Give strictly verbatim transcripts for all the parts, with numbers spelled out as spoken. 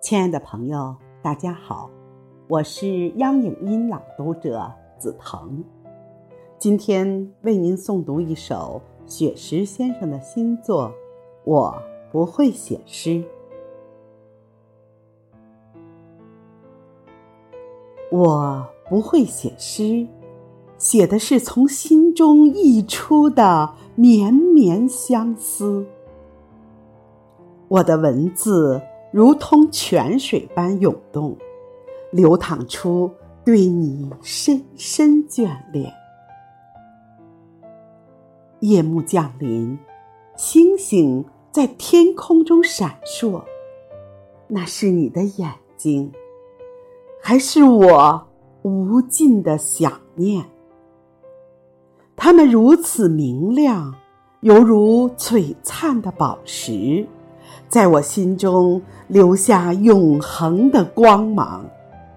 亲爱的朋友，大家好，我是央影音朗读者梓腾。今天为您诵读一首雪石先生的新作《我不会写诗》。我不会写诗，写的是从心中溢出的绵绵相思。我的文字如同泉水般涌动，流淌出对你深深眷恋。夜幕降临，星星在天空中闪烁，那是你的眼睛，还是我无尽的想念？它们如此明亮，犹如璀璨的宝石，在我心中留下永恒的光芒。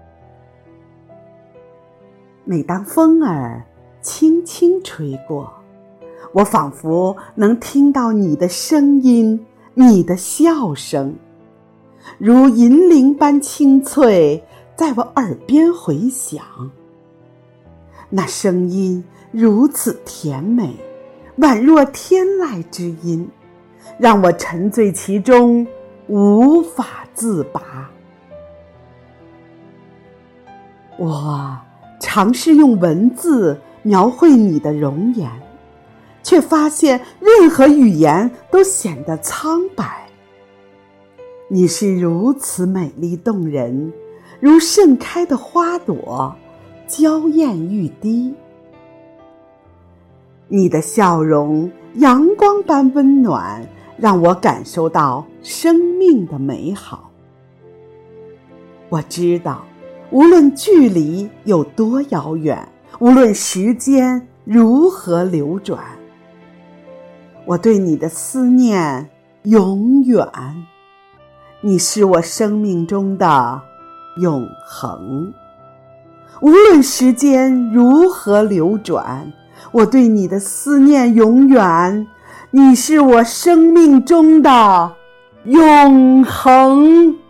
每当风儿轻轻吹过，我仿佛能听到你的声音，你的笑声，如银铃般清脆，在我耳边回响。那声音如此甜美，宛若天籁之音，让我沉醉其中，无法自拔。我尝试用文字描绘你的容颜，却发现任何语言都显得苍白。你是如此美丽动人，如盛开的花朵，娇艳欲滴。你的笑容阳光般温暖，让我感受到生命的美好。我知道，无论距离有多遥远，无论时间如何流转，我对你的思念永远。你是我生命中的永恒。无论时间如何流转，我对你的思念永远。你是我生命中的永恒。